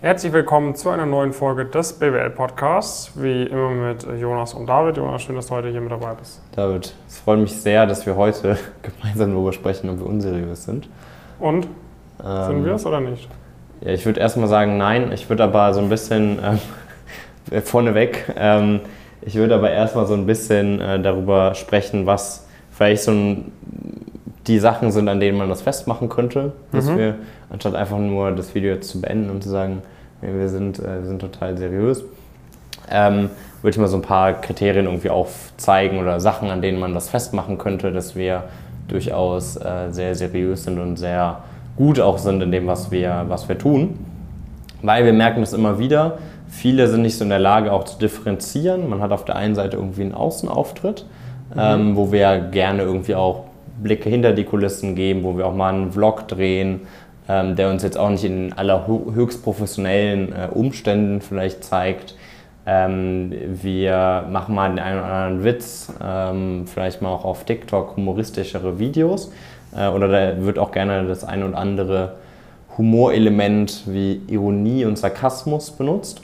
Herzlich willkommen zu einer neuen Folge des BWL-Podcasts, wie immer mit Jonas und David. Jonas, schön, dass du heute hier mit dabei bist. David, es freut mich sehr, dass wir heute gemeinsam darüber sprechen, ob wir unseriös sind. Und? Sind wir es oder nicht? Ja, ich würde erstmal sagen, nein. Ich würde aber so ein bisschen vorneweg, ich würde aber erstmal so ein bisschen darüber sprechen, was vielleicht die Sachen sind, an denen man das festmachen könnte, dass wir, anstatt einfach nur das Video jetzt zu beenden und zu sagen, wir sind total seriös, würde ich mal so ein paar Kriterien irgendwie aufzeigen oder Sachen, an denen man das festmachen könnte, dass wir durchaus sehr seriös sind und sehr gut auch sind in dem, was wir tun. Weil wir merken das immer wieder, viele sind nicht so in der Lage auch zu differenzieren. Man hat auf der einen Seite irgendwie einen Außenauftritt, wo wir gerne irgendwie auch Blicke hinter die Kulissen geben, wo wir auch mal einen Vlog drehen, der uns jetzt auch nicht in allerhöchst professionellen Umständen vielleicht zeigt. Wir machen mal den einen oder anderen Witz, vielleicht mal auch auf TikTok humoristischere Videos. Oder da wird auch gerne das ein oder andere Humorelement wie Ironie und Sarkasmus benutzt.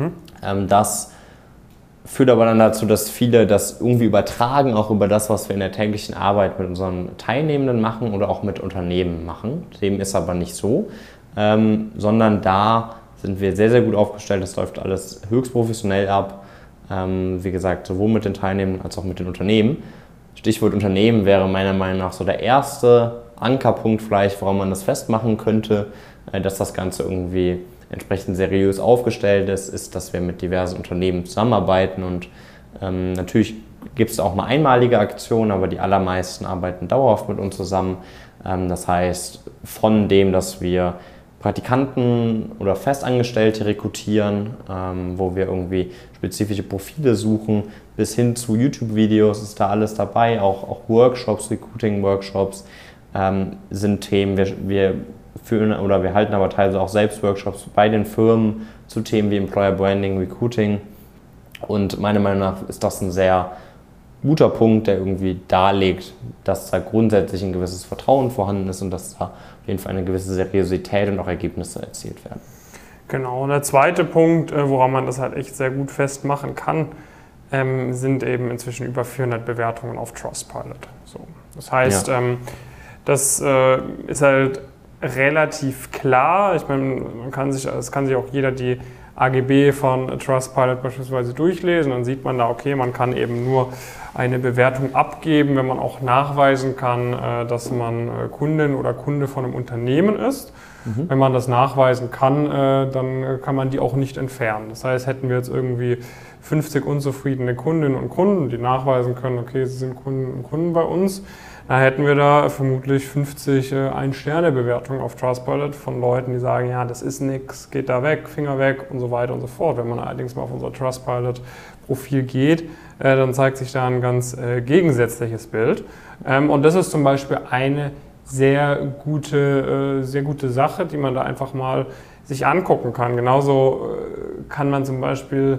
Das führt aber dann dazu, dass viele das irgendwie übertragen, auch über das, was wir in der täglichen Arbeit mit unseren Teilnehmenden machen oder auch mit Unternehmen machen. Dem ist aber nicht so, sondern da sind wir sehr, sehr gut aufgestellt. Das läuft alles höchst professionell ab. Wie gesagt, sowohl mit den Teilnehmenden als auch mit den Unternehmen. Stichwort Unternehmen wäre meiner Meinung nach so der erste Ankerpunkt vielleicht, woran man das festmachen könnte, dass das Ganze irgendwie entsprechend seriös aufgestellt ist, dass wir mit diversen Unternehmen zusammenarbeiten und natürlich gibt es auch mal einmalige Aktionen, aber die allermeisten arbeiten dauerhaft mit uns zusammen. Das heißt, von dem, dass wir Praktikanten oder Festangestellte rekrutieren, wo wir irgendwie spezifische Profile suchen, bis hin zu YouTube-Videos ist da alles dabei, auch Workshops, Recruiting-Workshops sind Themen. Wir halten aber teilweise auch selbst Workshops bei den Firmen zu Themen wie Employer Branding, Recruiting. Und meiner Meinung nach ist das ein sehr guter Punkt, der irgendwie darlegt, dass da grundsätzlich ein gewisses Vertrauen vorhanden ist und dass da auf jeden Fall eine gewisse Seriosität und auch Ergebnisse erzielt werden. Genau, und der zweite Punkt, woran man das halt echt sehr gut festmachen kann, sind eben inzwischen über 400 Bewertungen auf Trustpilot. So. Das heißt, das ist halt relativ klar. Ich meine, es kann sich auch jeder die AGB von Trustpilot beispielsweise durchlesen. Dann sieht man da, okay, man kann eben nur eine Bewertung abgeben, wenn man auch nachweisen kann, dass man Kundin oder Kunde von einem Unternehmen ist. Wenn man das nachweisen kann, dann kann man die auch nicht entfernen. Das heißt, hätten wir jetzt irgendwie 50 unzufriedene Kundinnen und Kunden, die nachweisen können, okay, sie sind Kunden und Kunden bei uns, dann hätten wir da vermutlich 50 Ein-Sterne-Bewertungen auf Trustpilot von Leuten, die sagen, ja, das ist nix, geht da weg, Finger weg und so weiter und so fort. Wenn man allerdings mal auf unser Trustpilot-Profil geht, dann zeigt sich da ein ganz gegensätzliches Bild. Und das ist zum Beispiel eine sehr gute Sache, die man da einfach mal sich angucken kann. Genauso kann man zum Beispiel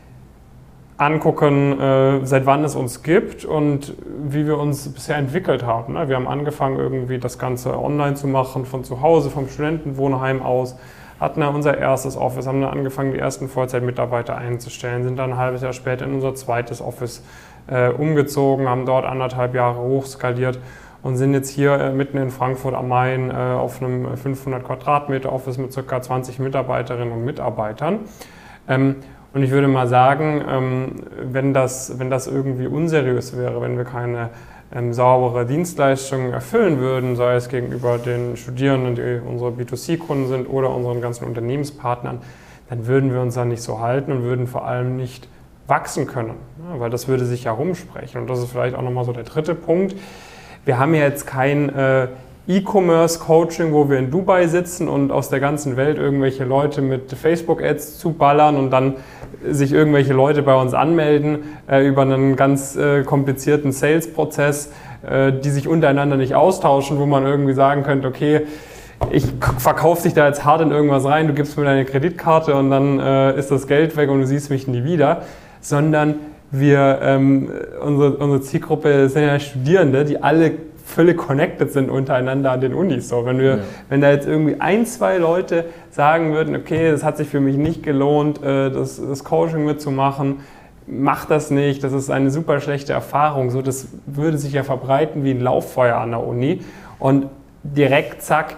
angucken, seit wann es uns gibt und wie wir uns bisher entwickelt haben. Wir haben angefangen, irgendwie das Ganze online zu machen, von zu Hause, vom Studentenwohnheim aus, hatten ja unser erstes Office, haben dann angefangen, die ersten Vollzeitmitarbeiter einzustellen, sind dann ein halbes Jahr später in unser zweites Office umgezogen, haben dort 1,5 Jahre hochskaliert und sind jetzt hier mitten in Frankfurt am Main auf einem 500 Quadratmeter Office mit ca. 20 Mitarbeiterinnen und Mitarbeitern. Und ich würde mal sagen, wenn das irgendwie unseriös wäre, wenn wir keine saubere Dienstleistungen erfüllen würden, sei es gegenüber den Studierenden, die unsere B2C-Kunden sind oder unseren ganzen Unternehmenspartnern, dann würden wir uns da nicht so halten und würden vor allem nicht wachsen können, weil das würde sich ja rumsprechen. Und das ist vielleicht auch nochmal so der dritte Punkt. Wir haben ja jetzt kein E-Commerce-Coaching, wo wir in Dubai sitzen und aus der ganzen Welt irgendwelche Leute mit Facebook-Ads zuballern und dann sich irgendwelche Leute bei uns anmelden über einen ganz komplizierten Sales-Prozess, die sich untereinander nicht austauschen, wo man irgendwie sagen könnte, okay, ich verkaufe dich da jetzt hart in irgendwas rein, du gibst mir deine Kreditkarte und dann ist das Geld weg und du siehst mich nie wieder, sondern unsere Zielgruppe sind ja Studierende, die alle völlig connected sind untereinander an den Unis. So, wenn da jetzt irgendwie 1, 2 Leute sagen würden, okay, das hat sich für mich nicht gelohnt, das Coaching mitzumachen, mach das nicht, das ist eine super schlechte Erfahrung. So, das würde sich ja verbreiten wie ein Lauffeuer an der Uni und direkt, zack,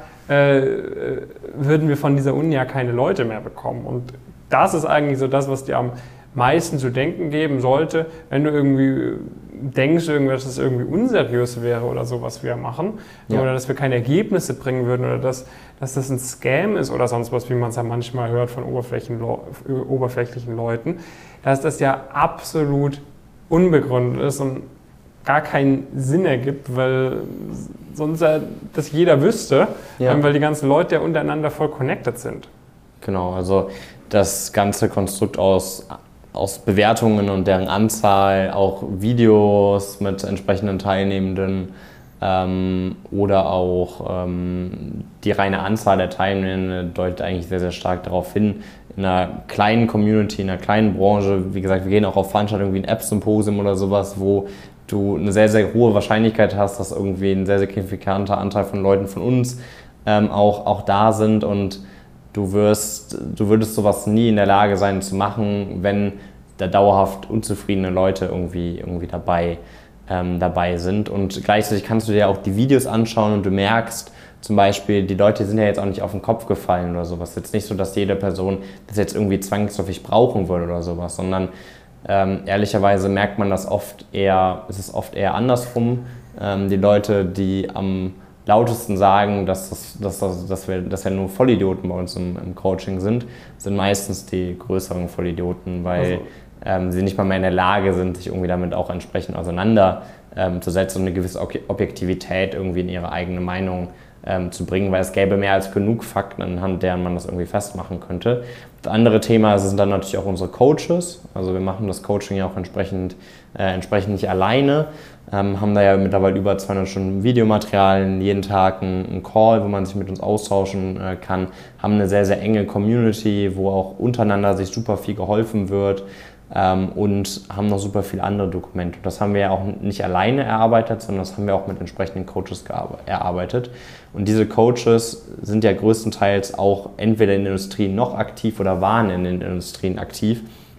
würden wir von dieser Uni ja keine Leute mehr bekommen. Und das ist eigentlich so das, was dir am meisten zu denken geben sollte, wenn du irgendwie denkst, dass es irgendwie unseriös wäre oder so, was wir machen, oder dass wir keine Ergebnisse bringen würden oder dass das ein Scam ist oder sonst was, wie man es ja manchmal hört von oberflächlichen Leuten, dass das ja absolut unbegründet ist und gar keinen Sinn ergibt, weil sonst das jeder wüsste, weil die ganzen Leute ja untereinander voll connected sind. Genau, also das ganze Konstrukt aus Bewertungen und deren Anzahl, auch Videos mit entsprechenden Teilnehmenden oder auch die reine Anzahl der Teilnehmenden deutet eigentlich sehr, sehr stark darauf hin, in einer kleinen Community, in einer kleinen Branche, wie gesagt, wir gehen auch auf Veranstaltungen wie ein App-Symposium oder sowas, wo du eine sehr, sehr hohe Wahrscheinlichkeit hast, dass irgendwie ein sehr signifikanter Anteil von Leuten von uns auch da sind und du würdest sowas nie in der Lage sein zu machen, wenn da dauerhaft unzufriedene Leute irgendwie dabei sind. Und gleichzeitig kannst du dir auch die Videos anschauen und du merkst zum Beispiel, die Leute sind ja jetzt auch nicht auf den Kopf gefallen oder sowas. Es ist jetzt nicht so, dass jede Person das jetzt irgendwie zwangsläufig brauchen würde oder sowas, sondern ehrlicherweise merkt man das oft eher andersrum. Die Leute, die am lautesten sagen, dass wir nur Vollidioten bei uns im Coaching sind meistens die größeren Vollidioten, weil sie nicht mal mehr in der Lage sind, sich irgendwie damit auch entsprechend auseinanderzusetzen und eine gewisse Objektivität irgendwie in ihre eigene Meinung zu bringen, weil es gäbe mehr als genug Fakten, anhand deren man das irgendwie festmachen könnte. Das andere Thema sind dann natürlich auch unsere Coaches. Also wir machen das Coaching ja auch entsprechend nicht alleine, haben da ja mittlerweile über 200 Stunden Videomaterialien, jeden Tag einen Call, wo man sich mit uns austauschen kann, haben eine sehr, sehr enge Community, wo auch untereinander sich super viel geholfen wird und haben noch super viele andere Dokumente. Das haben wir ja auch nicht alleine erarbeitet, sondern das haben wir auch mit entsprechenden Coaches erarbeitet. Und diese Coaches sind ja größtenteils auch entweder in der Industrie noch aktiv oder waren in den Industrien aktiv,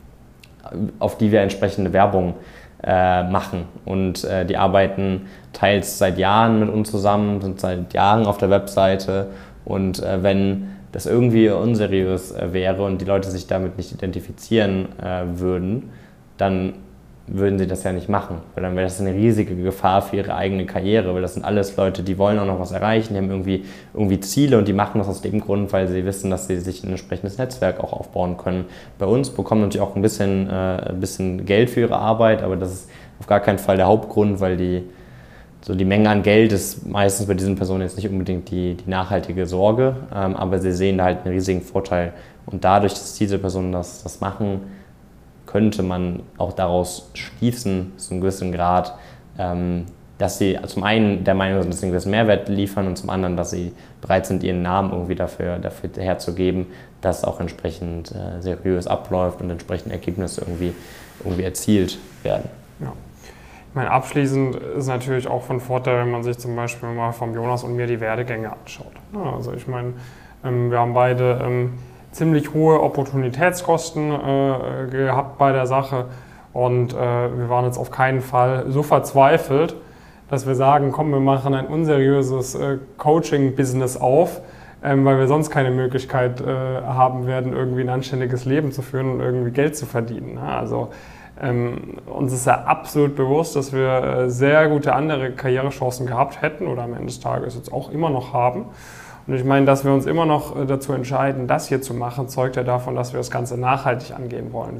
auf die wir entsprechende Werbung machen. Und die arbeiten teils seit Jahren mit uns zusammen, sind seit Jahren auf der Webseite. Und wenn das irgendwie unseriös wäre und die Leute sich damit nicht identifizieren würden, dann würden sie das ja nicht machen. Weil dann wäre das eine riesige Gefahr für ihre eigene Karriere, weil das sind alles Leute, die wollen auch noch was erreichen, die haben irgendwie Ziele und die machen das aus dem Grund, weil sie wissen, dass sie sich ein entsprechendes Netzwerk auch aufbauen können. Bei uns bekommen natürlich auch ein bisschen Geld für ihre Arbeit, aber das ist auf gar keinen Fall der Hauptgrund, weil die Menge an Geld ist meistens bei diesen Personen jetzt nicht unbedingt die nachhaltige Sorge, aber sie sehen da halt einen riesigen Vorteil. Und dadurch, dass diese Personen das machen, könnte man auch daraus schließen, zu einem gewissen Grad, dass sie zum einen der Meinung sind, dass sie einen gewissen Mehrwert liefern und zum anderen, dass sie bereit sind, ihren Namen irgendwie dafür herzugeben, dass auch entsprechend seriös abläuft und entsprechend Ergebnisse irgendwie erzielt werden. Ja. Ich meine, abschließend ist natürlich auch von Vorteil, wenn man sich zum Beispiel mal vom Jonas und mir die Werdegänge anschaut. Also ich meine, wir haben beide ziemlich hohe Opportunitätskosten gehabt bei der Sache und wir waren jetzt auf keinen Fall so verzweifelt, dass wir sagen, komm, wir machen ein unseriöses Coaching-Business auf, weil wir sonst keine Möglichkeit haben werden, irgendwie ein anständiges Leben zu führen und irgendwie Geld zu verdienen. Also uns ist ja absolut bewusst, dass wir sehr gute andere Karrierechancen gehabt hätten oder am Ende des Tages jetzt auch immer noch haben. Und ich meine, dass wir uns immer noch dazu entscheiden, das hier zu machen, zeugt ja davon, dass wir das Ganze nachhaltig angehen wollen.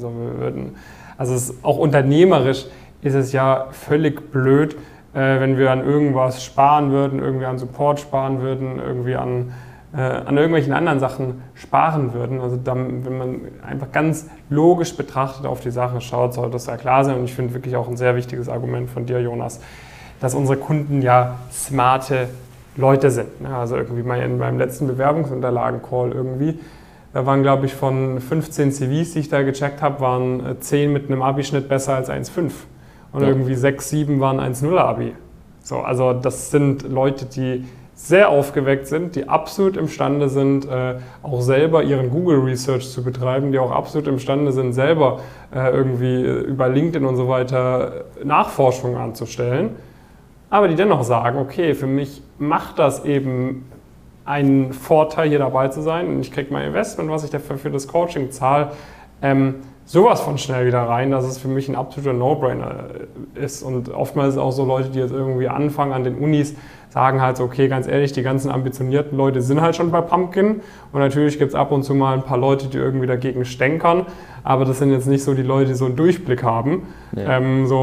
Auch unternehmerisch ist es ja völlig blöd, wenn wir an irgendwas sparen würden, irgendwie an Support sparen würden, irgendwie an irgendwelchen anderen Sachen sparen würden. Also dann, wenn man einfach ganz logisch betrachtet auf die Sache schaut, sollte das ja klar sein. Und ich finde wirklich auch ein sehr wichtiges Argument von dir, Jonas, dass unsere Kunden ja smarte Leute sind. Also irgendwie beim letzten Bewerbungsunterlagen-Call irgendwie, da waren, glaube ich, von 15 CVs, die ich da gecheckt habe, waren 10 mit einem Abi-Schnitt besser als 1,5. Und irgendwie 6, 7 waren 1,0 Abi. So, also das sind Leute, die sehr aufgeweckt sind, die absolut imstande sind, auch selber ihren Google Research zu betreiben, die auch absolut imstande sind, selber irgendwie über LinkedIn und so weiter Nachforschungen anzustellen, aber die dennoch sagen, okay, für mich macht das eben einen Vorteil, hier dabei zu sein und ich kriege mein Investment, was ich dafür für das Coaching zahle, sowas von schnell wieder rein, dass es für mich ein absoluter No-Brainer ist. Und oftmals ist es auch so Leute, die jetzt irgendwie anfangen an den Unis, sagen halt so, okay, ganz ehrlich, die ganzen ambitionierten Leute sind halt schon bei Pumpkin und natürlich gibt es ab und zu mal ein paar Leute, die irgendwie dagegen stänkern, aber das sind jetzt nicht so die Leute, die so einen Durchblick haben. Ja.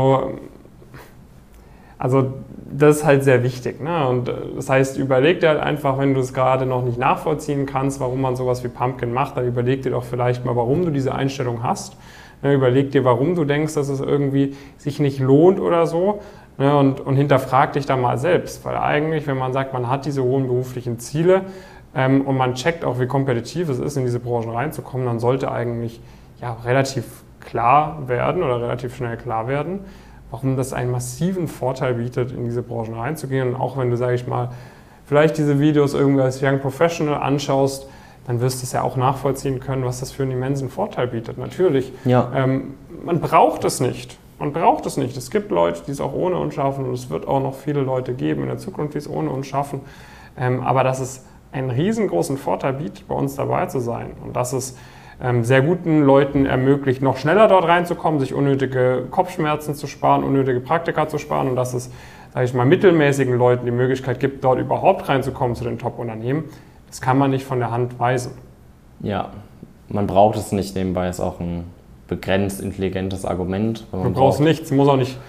Also das ist halt sehr wichtig. Ne? Und das heißt, überleg dir halt einfach, wenn du es gerade noch nicht nachvollziehen kannst, warum man sowas wie Pumpkin macht, dann überleg dir doch vielleicht mal, warum du diese Einstellung hast. Ne? Überleg dir, warum du denkst, dass es irgendwie sich nicht lohnt oder so. Ne? Und hinterfrag dich da mal selbst. Weil eigentlich, wenn man sagt, man hat diese hohen beruflichen Ziele und man checkt auch, wie kompetitiv es ist, in diese Branchen reinzukommen, dann sollte eigentlich ja, relativ klar werden oder relativ schnell klar werden, warum das einen massiven Vorteil bietet, in diese Branchen reinzugehen. Und auch wenn du, sage ich mal, vielleicht diese Videos irgendwie als Young Professional anschaust, dann wirst du es ja auch nachvollziehen können, was das für einen immensen Vorteil bietet. Natürlich, ja. Man braucht es nicht. Man braucht es nicht. Es gibt Leute, die es auch ohne uns schaffen und es wird auch noch viele Leute geben in der Zukunft, die es ohne uns schaffen. Aber dass es einen riesengroßen Vorteil bietet, bei uns dabei zu sein und dass es sehr guten Leuten ermöglicht, noch schneller dort reinzukommen, sich unnötige Kopfschmerzen zu sparen, unnötige Praktika zu sparen und dass es, sage ich mal, mittelmäßigen Leuten die Möglichkeit gibt, dort überhaupt reinzukommen zu den Top-Unternehmen, das kann man nicht von der Hand weisen. Ja, man braucht es nicht, nebenbei ist auch ein begrenzt intelligentes Argument. Du brauchst nichts, du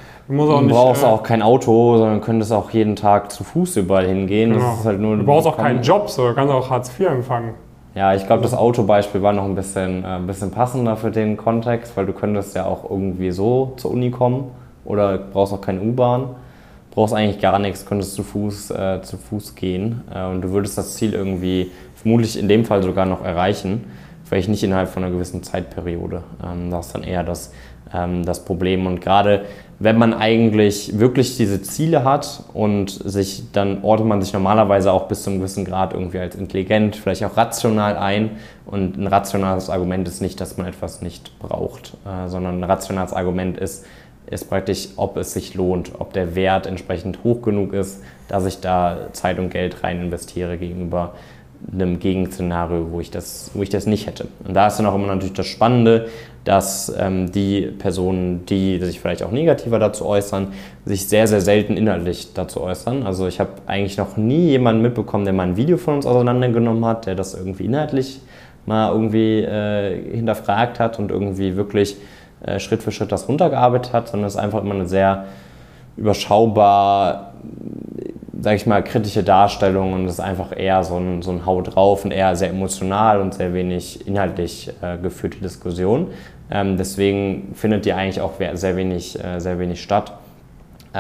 brauchst auch kein Auto, sondern könntest auch jeden Tag zu Fuß überall hingehen. Genau. Das ist halt nur, du brauchst auch keinen Job, so, du kannst auch Hartz IV empfangen. Ja, ich glaube, das Autobeispiel war noch ein bisschen passender für den Kontext, weil du könntest ja auch irgendwie so zur Uni kommen oder brauchst auch keine U-Bahn, brauchst eigentlich gar nichts, könntest zu Fuß gehen und du würdest das Ziel irgendwie vermutlich in dem Fall sogar noch erreichen, vielleicht nicht innerhalb von einer gewissen Zeitperiode. Das ist dann eher das Problem. Und gerade wenn man eigentlich wirklich diese Ziele hat und dann ordnet man sich normalerweise auch bis zu einem gewissen Grad irgendwie als intelligent, vielleicht auch rational ein. Und ein rationales Argument ist nicht, dass man etwas nicht braucht, sondern ein rationales Argument ist praktisch, ob es sich lohnt, ob der Wert entsprechend hoch genug ist, dass ich da Zeit und Geld rein investiere gegenüber einem Gegenszenario, wo ich das nicht hätte. Und da ist dann auch immer natürlich das Spannende, dass die Personen, die sich vielleicht auch negativer dazu äußern, sich sehr, sehr selten inhaltlich dazu äußern. Also ich habe eigentlich noch nie jemanden mitbekommen, der mal ein Video von uns auseinandergenommen hat, der das irgendwie inhaltlich mal irgendwie hinterfragt hat und irgendwie wirklich Schritt für Schritt das runtergearbeitet hat, sondern es ist einfach immer eine sehr überschaubar, sage ich mal, kritische Darstellung und es ist einfach eher so ein Hau drauf und eher sehr emotional und sehr wenig inhaltlich geführte Diskussion. Deswegen findet die eigentlich auch sehr wenig statt. Wir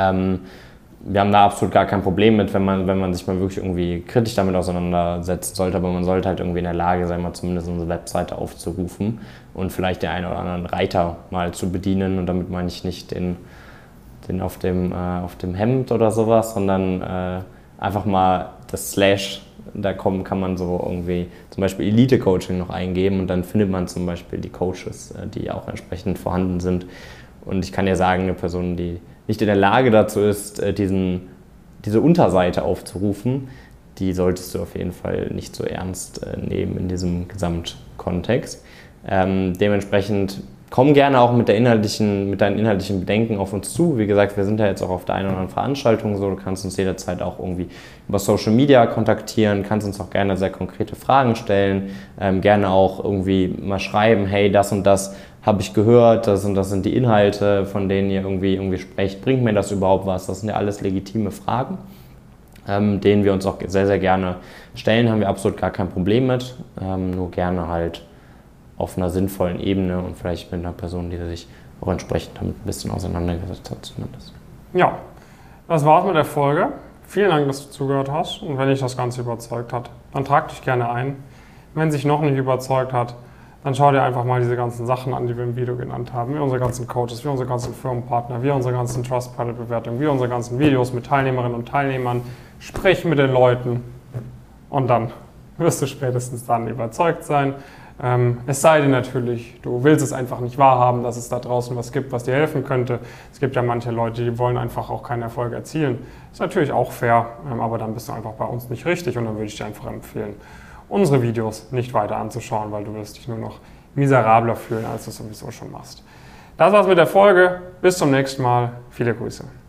haben da absolut gar kein Problem mit, wenn man sich mal wirklich irgendwie kritisch damit auseinandersetzen sollte, aber man sollte halt irgendwie in der Lage sein, mal zumindest unsere Webseite aufzurufen und vielleicht den einen oder anderen Reiter mal zu bedienen und damit meine ich nicht den auf dem Hemd oder sowas, sondern einfach mal das Slash, da kann man so irgendwie zum Beispiel Elite-Coaching noch eingeben und dann findet man zum Beispiel die Coaches, die auch entsprechend vorhanden sind. Und ich kann dir sagen, eine Person, die nicht in der Lage dazu ist, diese Unterseite aufzurufen, die solltest du auf jeden Fall nicht so ernst nehmen in diesem Gesamtkontext. Dementsprechend komm gerne auch mit deinen inhaltlichen Bedenken auf uns zu. Wie gesagt, wir sind ja jetzt auch auf der einen oder anderen Veranstaltung so. Du kannst uns jederzeit auch irgendwie über Social Media kontaktieren, kannst uns auch gerne sehr konkrete Fragen stellen, gerne auch irgendwie mal schreiben, hey, das und das habe ich gehört, das und das sind die Inhalte, von denen ihr irgendwie sprecht. Bringt mir das überhaupt was? Das sind ja alles legitime Fragen, denen wir uns auch sehr, sehr gerne stellen. Haben wir absolut gar kein Problem mit, nur gerne halt auf einer sinnvollen Ebene und vielleicht mit einer Person, die sich auch entsprechend damit ein bisschen auseinandergesetzt hat zumindest. Ja, das war's mit der Folge. Vielen Dank, dass du zugehört hast und wenn dich das Ganze überzeugt hat, dann trag dich gerne ein. Wenn sich noch nicht überzeugt hat, dann schau dir einfach mal diese ganzen Sachen an, die wir im Video genannt haben, wie unsere ganzen Coaches, wie unsere ganzen Firmenpartner, wie unsere ganzen Trustpilot-Bewertungen, wie unsere ganzen Videos mit Teilnehmerinnen und Teilnehmern. Sprich mit den Leuten und dann wirst du spätestens dann überzeugt sein. Es sei denn natürlich, du willst es einfach nicht wahrhaben, dass es da draußen was gibt, was dir helfen könnte. Es gibt ja manche Leute, die wollen einfach auch keinen Erfolg erzielen. Ist natürlich auch fair, aber dann bist du einfach bei uns nicht richtig und dann würde ich dir einfach empfehlen, unsere Videos nicht weiter anzuschauen, weil du wirst dich nur noch miserabler fühlen, als du es sowieso schon machst. Das war's mit der Folge. Bis zum nächsten Mal. Viele Grüße.